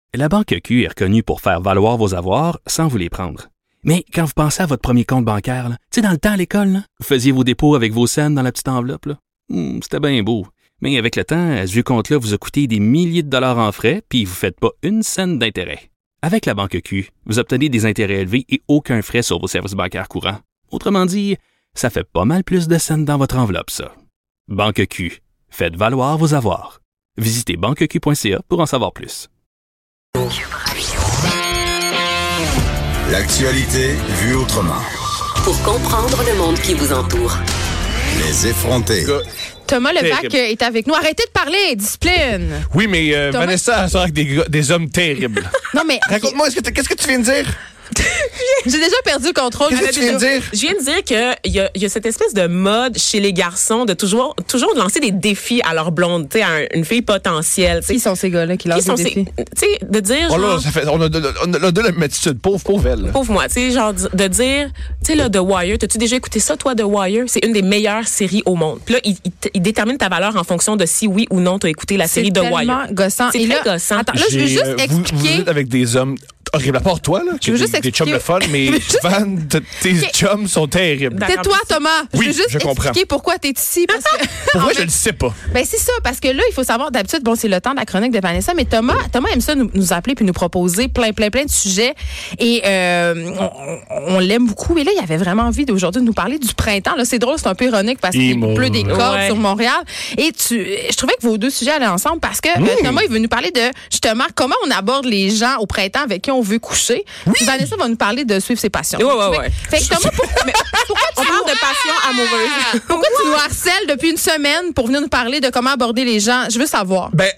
La Banque Q est reconnue pour faire valoir vos avoirs sans vous les prendre. Mais quand vous pensez à votre premier compte bancaire, tu sais, dans le temps à l'école, là, vous faisiez vos dépôts avec vos scènes dans la petite enveloppe. Là. C'était bien beau. Mais avec le temps, ce vieux compte-là vous a coûté des milliers de dollars en frais, puis vous ne faites pas une scène d'intérêt. Avec la Banque Q, vous obtenez des intérêts élevés et aucun frais sur vos services bancaires courants. Autrement dit, ça fait pas mal plus de scènes dans votre enveloppe, ça. Banque Q. Faites valoir vos avoirs. Visitez banqueq.ca pour en savoir plus. L'actualité vue autrement. Pour comprendre le monde qui vous entoure. Les effrontés. Thomas Levac est avec nous. Arrêtez de parler, discipline. Oui, mais Vanessa sort avec des hommes terribles. Non, mais Raconte-moi, qu'est-ce que tu viens de dire? j'ai déjà perdu le contrôle. Qu'est-ce que tu viens de dire? Je viens de dire qu'il y a cette espèce de mode chez les garçons de toujours de lancer des défis à leur blonde, tu sais, à une fille potentielle. T'sais. Qui sont ces gars-là qui lancent des défis? Tu sais, de dire. Oh là, genre, ça fait, on a de la attitude. Pauvre elle. Pauvre moi, tu sais, genre de dire, tu sais, là, The Wire, t'as-tu déjà écouté ça, toi, The Wire? C'est une des meilleures séries au monde. Puis là, il détermine ta valeur en fonction de si oui ou non t'as écouté la série The Wire. C'est tellement gossant. C'est très gossant. Attends, là, je veux juste expliquer. Vous êtes avec des hommes horribles. À part toi, là, Je veux juste des chums expliquer. de fun, mais Van, tes chums sont terribles. Tais-toi, Thomas. Oui, je veux juste je comprends. expliquer pourquoi t'es ici. Parce que, Pour moi, je le sais pas. ben c'est ça, parce que là, il faut savoir, d'habitude, bon, c'est le temps de la chronique de Vanessa, mais Thomas aime ça nous appeler puis nous proposer plein de sujets. Et on l'aime beaucoup. Et là, il avait vraiment envie d'aujourd'hui de nous parler du printemps. Là, c'est drôle, c'est un peu ironique parce qu'il pleut des cordes sur Montréal. Et je trouvais que vos deux sujets allaient ensemble parce que Thomas, il veut nous parler de, justement, comment on aborde les gens au printemps avec qui on veut coucher. Puis Vanessa va nous parler de suivre ses passions. Ouais. Fait que Thomas, pourquoi On parle de passion amoureuse. pourquoi tu nous harcèles depuis une semaine pour venir nous parler de comment aborder les gens? Je veux savoir. Ben,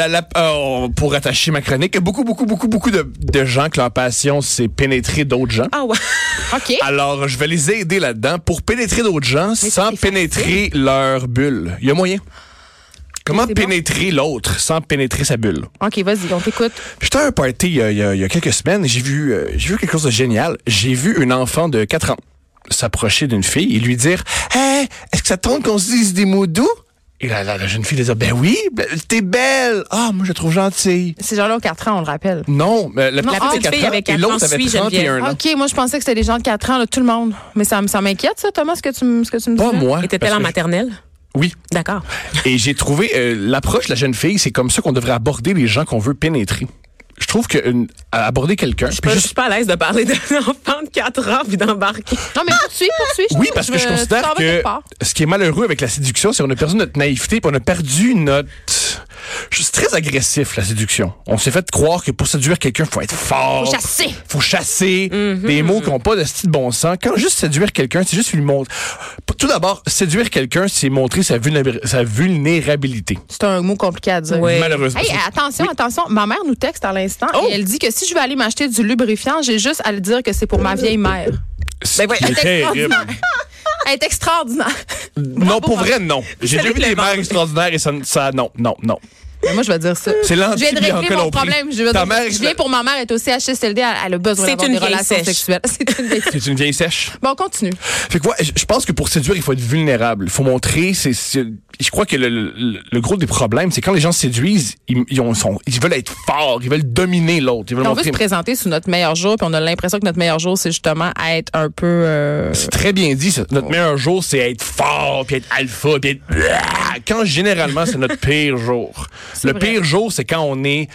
pour attacher ma chronique, il y a beaucoup de gens que leur passion, c'est pénétrer d'autres gens. Ah ouais. OK. Alors, je vais les aider là-dedans pour pénétrer d'autres gens sans c'est pénétrer leur bulle. Il y a moyen. Comment c'est pénétrer l'autre sans pénétrer sa bulle? OK, vas-y, on t'écoute. J'étais à un party il y a quelques semaines et j'ai vu quelque chose de génial. J'ai vu une enfant de 4 ans s'approcher d'une fille et lui dire « Hey, est-ce que ça te tente qu'on se dise des mots doux? » Et la jeune fille lui dit « Ben oui, t'es belle. Ah, moi, je la trouve gentille. » Ces gens-là ont 4 ans, on le rappelle. Non, mais la petite petite fille avait 4 et l'autre ans, avait suis 31 ans. OK, moi, je pensais que c'était les gens de 4 ans, là, tout le monde. Mais ça m'inquiète, ça, Thomas, ce que tu me dis. Pas moi. Était-elle en maternelle? Oui. D'accord. Et j'ai trouvé l'approche de la jeune fille, c'est comme ça qu'on devrait aborder les gens qu'on veut pénétrer. Je trouve que aborder quelqu'un... Je suis pas à l'aise de parler d'un enfant de 4 ans puis d'embarquer. Non, mais poursuis. Oui, parce que je considère que ce qui est malheureux avec la séduction, c'est qu'on a perdu notre naïveté puis on a perdu notre... C'est très agressif, la séduction. On s'est fait croire que pour séduire quelqu'un, il faut être fort. Faut chasser. Des mots qui n'ont pas de style bon sens. Quand juste séduire quelqu'un, c'est juste lui montrer... Tout d'abord, séduire quelqu'un, c'est montrer sa vulnérabilité. C'est un mot compliqué à dire. Oui. Malheureusement. Hey, attention. Ma mère nous texte à l'instant et elle dit que si je veux aller m'acheter du lubrifiant, j'ai juste à lui dire que c'est pour ma vieille mère. C'est terrible. Elle est extraordinaire. Non, pour vrai, non. J'ai déjà vu des mères extraordinaires et ça non. Mais moi, je vais dire ça. C'est Je viens de régler mon problème. Je viens pour ma mère est au CHSLD, elle a besoin d'avoir des relations sexuelles. C'est une vieille sèche. Bon, on continue. Fait que je pense que pour séduire, il faut être vulnérable. Il faut montrer. Je crois que le gros des problèmes, c'est quand les gens se séduisent, ils veulent être forts, ils veulent dominer l'autre. On veut se présenter sous notre meilleur jour, puis on a l'impression que notre meilleur jour, c'est justement être un peu... C'est très bien dit, ça. Notre meilleur jour, c'est être fort, puis être alpha, puis être... Quand généralement, c'est notre pire jour. Le pire jour, c'est quand on est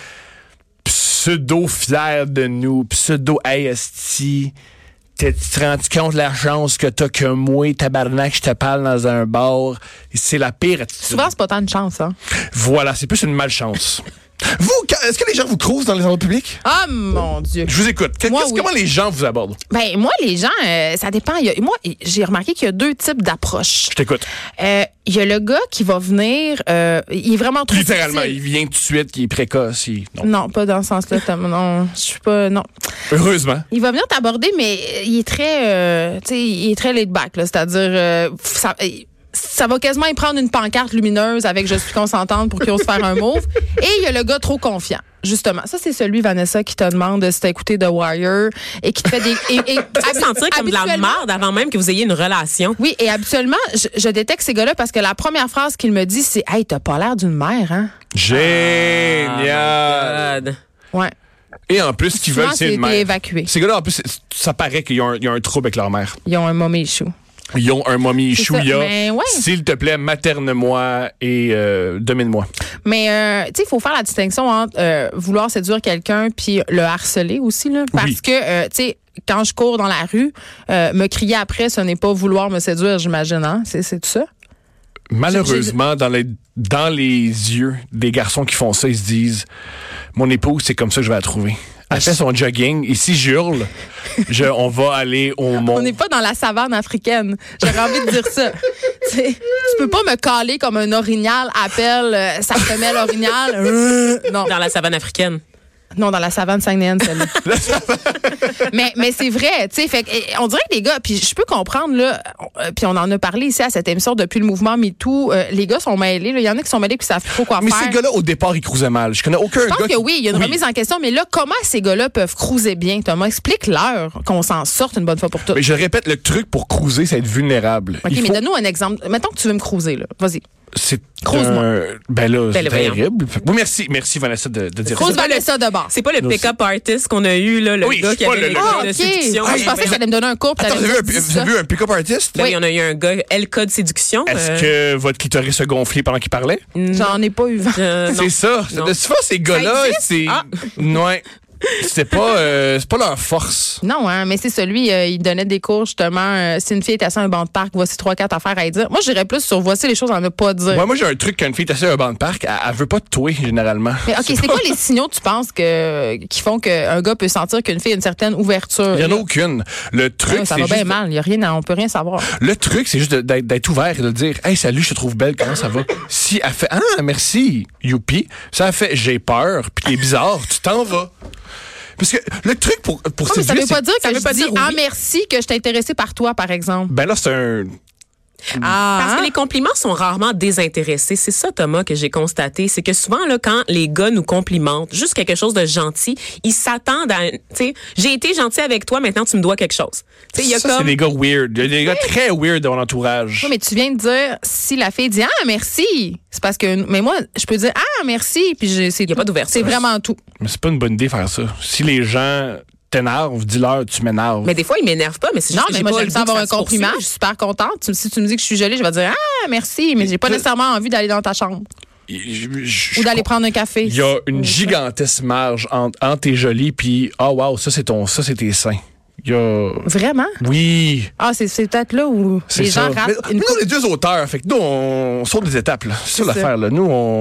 pseudo-fier de nous, pseudo-hey, esti, tu te rends compte de la chance que t'as que moi, tabarnak, je te parle dans un bar. C'est la pire attitude. Souvent, c'est pas tant de chance, hein? Voilà, c'est plus une malchance. Vous, est-ce que les gens vous crousent dans les endroits publics? Ah, mon Dieu. Je vous écoute. Moi, oui. Comment les gens vous abordent? Ben, moi, les gens, ça dépend. Moi, j'ai remarqué qu'il y a 2 types d'approches. Je t'écoute. Il y a le gars qui va venir, il est vraiment trop Littéralement, difficile. il vient tout de suite, qui est précoce. Non, pas dans ce sens-là. Non, je suis pas... Non. Heureusement. Il va venir t'aborder, mais il est très... tu sais, il est très laid back, là. C'est-à-dire... ça va quasiment y prendre une pancarte lumineuse avec « Je suis consentante » pour qu'il ose faire un move. Et il y a le gars trop confiant. Justement, ça, c'est celui, Vanessa, qui te demande si t'as écouté The Wire et qui te fait des... Tu te sentir comme de la merde avant même que vous ayez une relation. Oui, et habituellement, je détecte ces gars-là parce que la première phrase qu'il me dit, c'est « Hey, t'as pas l'air d'une mère, hein? » Génial! God. Ouais. Et en plus, ce qu'ils veulent, c'est une mère. Évacué. Ces gars-là, en plus, ça paraît qu'il y a un trouble avec leur mère. Ils ont un mommy issue. Ils ont un mommy issue. Ouais. S'il te plaît, materne-moi et domine-moi. Mais, tu sais, il faut faire la distinction entre vouloir séduire quelqu'un puis le harceler aussi, là. Parce que, tu sais, quand je cours dans la rue, me crier après, ce n'est pas vouloir me séduire, j'imagine, hein? C'est tout ça? Malheureusement, dans les yeux des garçons qui font ça, ils se disent « Mon épouse, c'est comme ça que je vais la trouver. » Elle fait son jogging. Et si j'hurle, on va aller au monde. On n'est pas dans la savane africaine. J'aurais envie de dire ça. Tu peux pas me caler comme un orignal appelle sa femelle orignale. Non. Dans la savane africaine. Non, dans la savane Saguenayenne, celle-là. mais c'est vrai, tu sais, fait on dirait que les gars, puis je peux comprendre là, puis on en a parlé ici à cette émission depuis le mouvement MeToo, les gars sont mêlés, il y en a qui sont mêlés puis savent plus trop quoi faire. Mais ces gars-là au départ ils cruisaient mal. Je connais aucun gars. Je pense que oui, il y a une remise en question, mais là comment ces gars-là peuvent cruiser bien, Thomas? Explique-leur qu'on s'en sorte une bonne fois pour toutes. Mais je répète, le truc pour cruiser, c'est être vulnérable. OK, mais donne-nous un exemple. Mettons que tu veux me cruiser là. Vas-y. C'est ben là, c'est terrible. Oui, merci Vanessa de dire ça. Cruise Vanessa de bord. C'est pas le pick-up artist qu'on a eu là, le gars qui avait les gars de séduction. Je pensais que ça allait me donner un cours. Attends, vous avez vu un pick-up artist? Oui, on a eu un gars LK de séduction. Est-ce que votre clitoris se gonflait pendant qu'il parlait? J'en ai pas eu vent. C'est ça. Souvent, ces gars-là, c'est... Ouais. C'est pas leur force. Non, hein, mais c'est celui, il donnait des cours, justement. Si une fille est assise à un banc de parc, voici 3-4 affaires à dire. Moi, j'irais plus sur voici les choses à ne pas dire. Ouais, moi, j'ai un truc qu'une fille est assise à un banc de parc, elle veut pas te tuer, généralement. Mais OK, c'est quoi les signaux, tu penses, qui font qu'un gars peut sentir qu'une fille a une certaine ouverture? Il y en a aucune. Le truc, ça va bien mal. On peut rien savoir. Le truc, c'est juste d'être ouvert et de dire, hey, salut, je te trouve belle, comment ça va? Si elle fait, merci, youpi, ça a fait, j'ai peur, puis t'es bizarre, tu t'en vas. Parce que le truc pour séduire, ça veut pas dire que je dis merci que je t'ai intéressé par toi, par exemple. Ben là, c'est un... Parce que les compliments sont rarement désintéressés. C'est ça, Thomas, que j'ai constaté. C'est que souvent, là, quand les gars nous complimentent, juste quelque chose de gentil, ils s'attendent à, tu sais, j'ai été gentil avec toi, maintenant tu me dois quelque chose. Tu sais, c'est des gars weird. Il y a des gars très weird dans mon entourage. Oui, mais tu viens de dire, si la fille dit, merci, c'est parce que, mais moi, je peux dire, merci, puis il n'y a pas d'ouverture. C'est vraiment tout. Mais c'est pas une bonne idée de faire ça. Si les gens t'énervent, dis-leur, tu m'énerves. Mais des fois, ils m'énervent pas, mais c'est juste non, mais moi, j'aime ça avoir un compliment. Je suis super contente. Si tu me dis que je suis jolie, je vais dire, merci, mais j'ai pas nécessairement envie d'aller dans ta chambre. Ou d'aller prendre un café. Il y a une gigantesque marge entre t'es jolie puis wow, ça c'est tes seins. Vraiment? Oui. Ah, c'est peut-être là où les gens ratent. Nous, on est deux auteurs. Fait que nous, on saute des étapes. Là. C'est ça l'affaire. Là. Nous,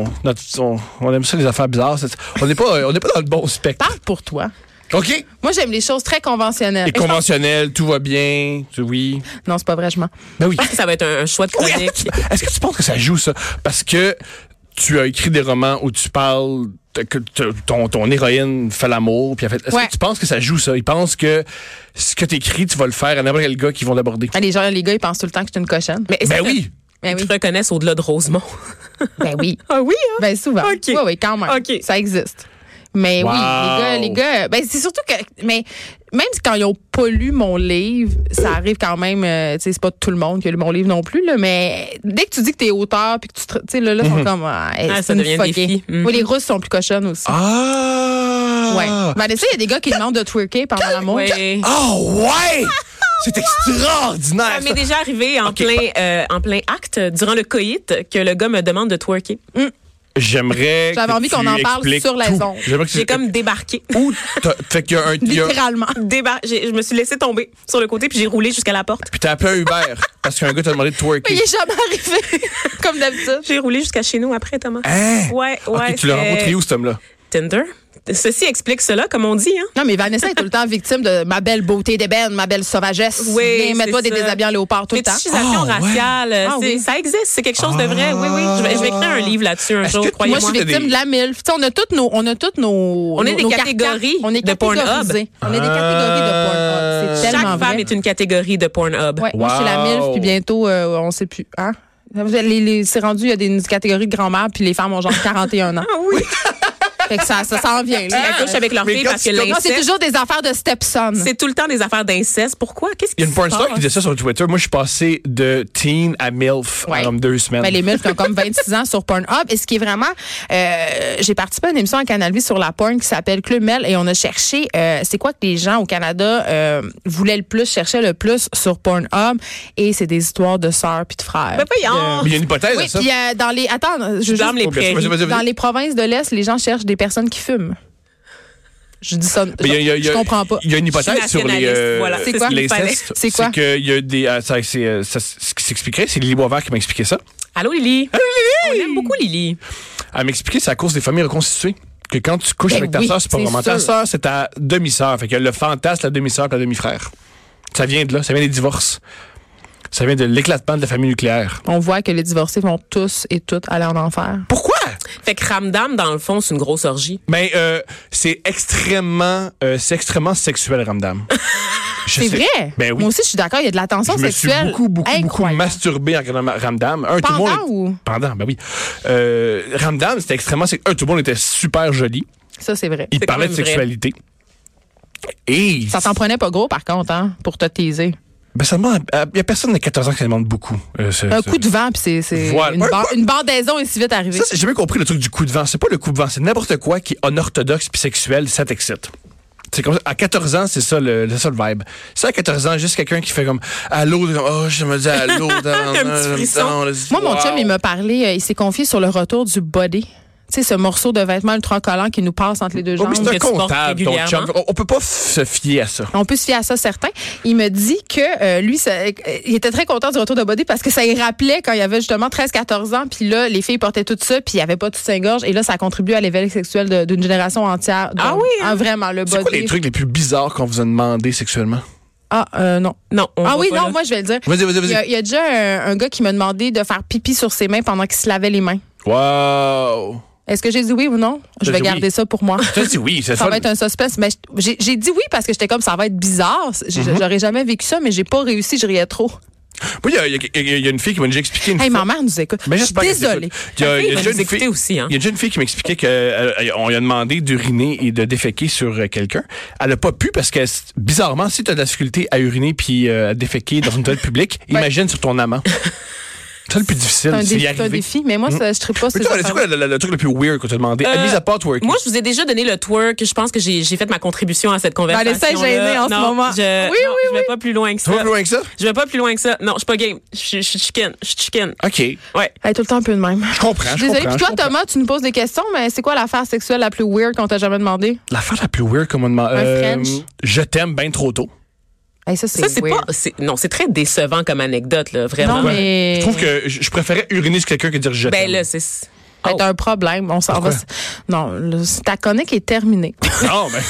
on aime ça, les affaires bizarres. On n'est pas dans le bon spectre. Parle pour toi. OK. Moi, j'aime les choses très conventionnelles. Et conventionnelles, tout va bien. Oui. Non, c'est pas vrai, je mens. Ben oui. Je pense que ça va être un choix de chronique. Est-ce que tu penses que ça joue, ça? Parce que tu as écrit des romans où tu parles que ton héroïne fait l'amour. Puis est-ce que tu penses que ça joue, ça? Ils pensent que ce que tu écris, tu vas le faire à n'importe quel gars qui vont l'aborder. Les gars, ils pensent tout le temps que je suis une cochonne. Mais oui. Ils te reconnaissent au-delà de Rosemont. Ben oui. Ah oui, hein? Ben souvent. Okay. Oui, quand même. Okay. Ça existe. Mais wow. Oui, les gars, ben c'est surtout que, mais même quand ils ont pas lu mon livre, ça arrive quand même, tu sais, c'est pas tout le monde qui a lu mon livre non plus, là, mais dès que tu dis que t'es auteur puis que tu sais, là, sont comme, ça devient des filles. Oui, les Russes sont plus cochonnes aussi. Ouais. Vanessa, il y a des gars qui demandent de twerker pendant l'amour. Ouais. Oh, ouais! C'est extraordinaire. Ça m'est déjà arrivé en plein acte, durant le coït, que le gars me demande de twerker. J'avais envie qu'on en parle sur les ondes. J'ai comme débarqué. Fait qu'il y a un... Littéralement. Je me suis laissé tomber sur le côté puis j'ai roulé jusqu'à la porte. Puis t'as appelé un Uber parce qu'un gars t'a demandé de twerker. Mais il est jamais arrivé, comme d'habitude. J'ai roulé jusqu'à chez nous après, Thomas. Hein? Ouais. Okay, tu l'as rencontré où, cet homme-là? Tinder. Ceci explique cela, comme on dit. Hein? Non, mais Vanessa est tout le temps victime de ma belle beauté d'ébène, ma belle sauvagesse. Oui, mets-toi des déshabillants léopard tout le temps. Fétichisation raciale, oui. ça existe, c'est quelque chose de vrai. Oui. Je vais écrire un livre là-dessus un jour, croyez-moi. Moi, je suis victime de la MILF. On a toutes nos on est des catégories de Pornhub. On est des catégories de Pornhub. C'est tellement Chaque femme est une catégorie de Pornhub. Ouais, moi, je suis la MILF, puis bientôt, on sait plus. Hein? C'est rendu, il y a des catégories de grand-mère, puis les femmes ont genre 41 ans. Ah oui. Fait que ça s'en vient. Là. Ils couchent avec leur fille parce que Non, c'est toujours des affaires de stepson. C'est tout le temps des affaires d'inceste. Pourquoi? Qu'est-ce qui se passe? Il y a une pornstar qui disait ça sur Twitter. Moi, je suis passé de teen à MILF en 2 semaines. Ben, les MILF ont comme 26 ans sur Pornhub. Et ce qui est vraiment... j'ai participé à une émission à Canal Vie sur la porn qui s'appelle Club Mel et on a cherché c'est quoi que les gens au Canada voulaient le plus, cherchaient le plus sur Pornhub. Et c'est des histoires de sœurs puis de frères. Ben, voyons. Mais il y a une hypothèse à ça. Puis dans les... Attends, dans les provinces de l'Est, les gens cherchent des personnes qui fument. Je dis ça, je comprends pas. Il y a une hypothèse sur les voilà, c'est quoi? l'inceste. C'est quoi? C'est qu'il y a des ce qui s'expliquerait, c'est Lily Boisvert qui m'a expliqué ça. Allô Lily. Allô Lily. On aime beaucoup Lily. Elle m'a expliqué c'est à cause des familles reconstituées. Que quand tu couches avec ta sœur, c'est pas vraiment ta sœur, c'est ta demi-sœur. Fait que le fantasme, la demi-sœur et la demi-frère. Ça vient de là, ça vient des divorces. Ça vient de l'éclatement de la famille nucléaire. On voit que les divorcés vont tous et toutes aller en enfer. Pourquoi? Fait que Ramdam, dans le fond, c'est une grosse orgie. Ben, c'est extrêmement sexuel, Ramdam. C'est vrai? Ben oui. Moi aussi, je suis d'accord. Il y a de la tension sexuelle. Je me suis beaucoup masturbé en regardant Ramdam. Pendant, ben oui. Ramdam, c'était extrêmement... tout le monde était super joli. Ça, c'est vrai. Il parlait de sexualité. Et... Ça t'en prenait pas gros, par contre, hein, pour te taiser. Ben, ça demande... Il y a personne de 14 ans qui demande beaucoup. Un coup de vent, puis c'est voilà. une bandaison est si vite arrivée. Ça, j'ai jamais compris le truc du coup de vent. C'est pas le coup de vent, c'est n'importe quoi qui est anorthodoxe puis sexuel, ça t'excite. C'est comme ça. À 14 ans, c'est ça le vibe. C'est à 14 ans, juste quelqu'un qui fait comme allô, je me dis allô. Moi, mon chum, il m'a parlé, il s'est confié sur le retour du body. Tu sais, ce morceau de vêtement ultra collant qui nous passe entre les deux jambes. Mais c'est un comptable, ton chum. On peut pas se fier à ça. On peut se fier à ça, certain. Il me dit que lui, il était très content du retour de body parce que ça y rappelait quand il avait justement 13-14 ans. Puis là, les filles portaient tout ça, puis il n'y avait pas tout saint-gorge. Et là, ça a contribué à l'éveil sexuel d'une génération entière. Donc, ah oui? Hein? Vraiment, le body. C'est quoi les trucs les plus bizarres qu'on vous a demandé sexuellement? Non. Non. Non, moi, je vais le dire. Vas-y. Il y a déjà un gars qui m'a demandé de faire pipi sur ses mains pendant qu'il se lavait les mains. Wow! Est-ce que j'ai dit oui ou non? Je vais garder ça pour moi. Tu as dit oui, c'est ça va être un suspense. Mais j'ai dit oui parce que j'étais comme, ça va être bizarre. J'aurais jamais vécu ça, mais j'ai pas réussi, je riais trop. Oui, il y a une fille qui m'a déjà expliqué une fois. Ma mère nous écoute. Mais je suis désolée. Il y a déjà une fille aussi. Hein? Il y a déjà une fille qui m'expliquait qu'on lui a demandé d'uriner et de déféquer sur quelqu'un. Elle a pas pu parce que, bizarrement, si tu as de la difficulté à uriner puis à déféquer dans une toilette publique, imagine sur ton amant. C'est le plus difficile, c'est un défi, mais moi, je ne tripe pas. C'est quoi le truc le plus weird qu'on t'a demandé? Mise à part twerk. Moi, je vous ai déjà donné le twerk. Je pense que j'ai fait ma contribution à cette conversation. Allez, c'est gêné en ce moment. Je vais pas plus loin que ça. Tu vas plus loin que ça? Je vais pas plus loin que ça. Non, je suis pas game. Je suis chicken. OK. Ouais. Elle est tout le temps un peu de même. Je comprends. Désolée. Puis toi, Thomas, tu nous poses des questions, mais c'est quoi l'affaire sexuelle la plus weird qu'on t'a jamais demandé? L'affaire la plus weird qu'on m'a demandé? Un French. Je t'aime bien trop tôt. Hey, ça, c'est weird. C'est très décevant comme anecdote, là, vraiment. Non, mais... Je trouve que je préférais uriner sur quelqu'un que dire je t'aime. Ben là, c'est... C'est un problème. On s'en va. Non, ta chronique est terminée. Non, ben...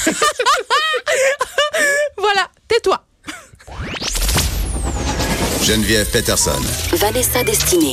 Voilà, tais-toi. Geneviève Peterson. Vanessa Destinée.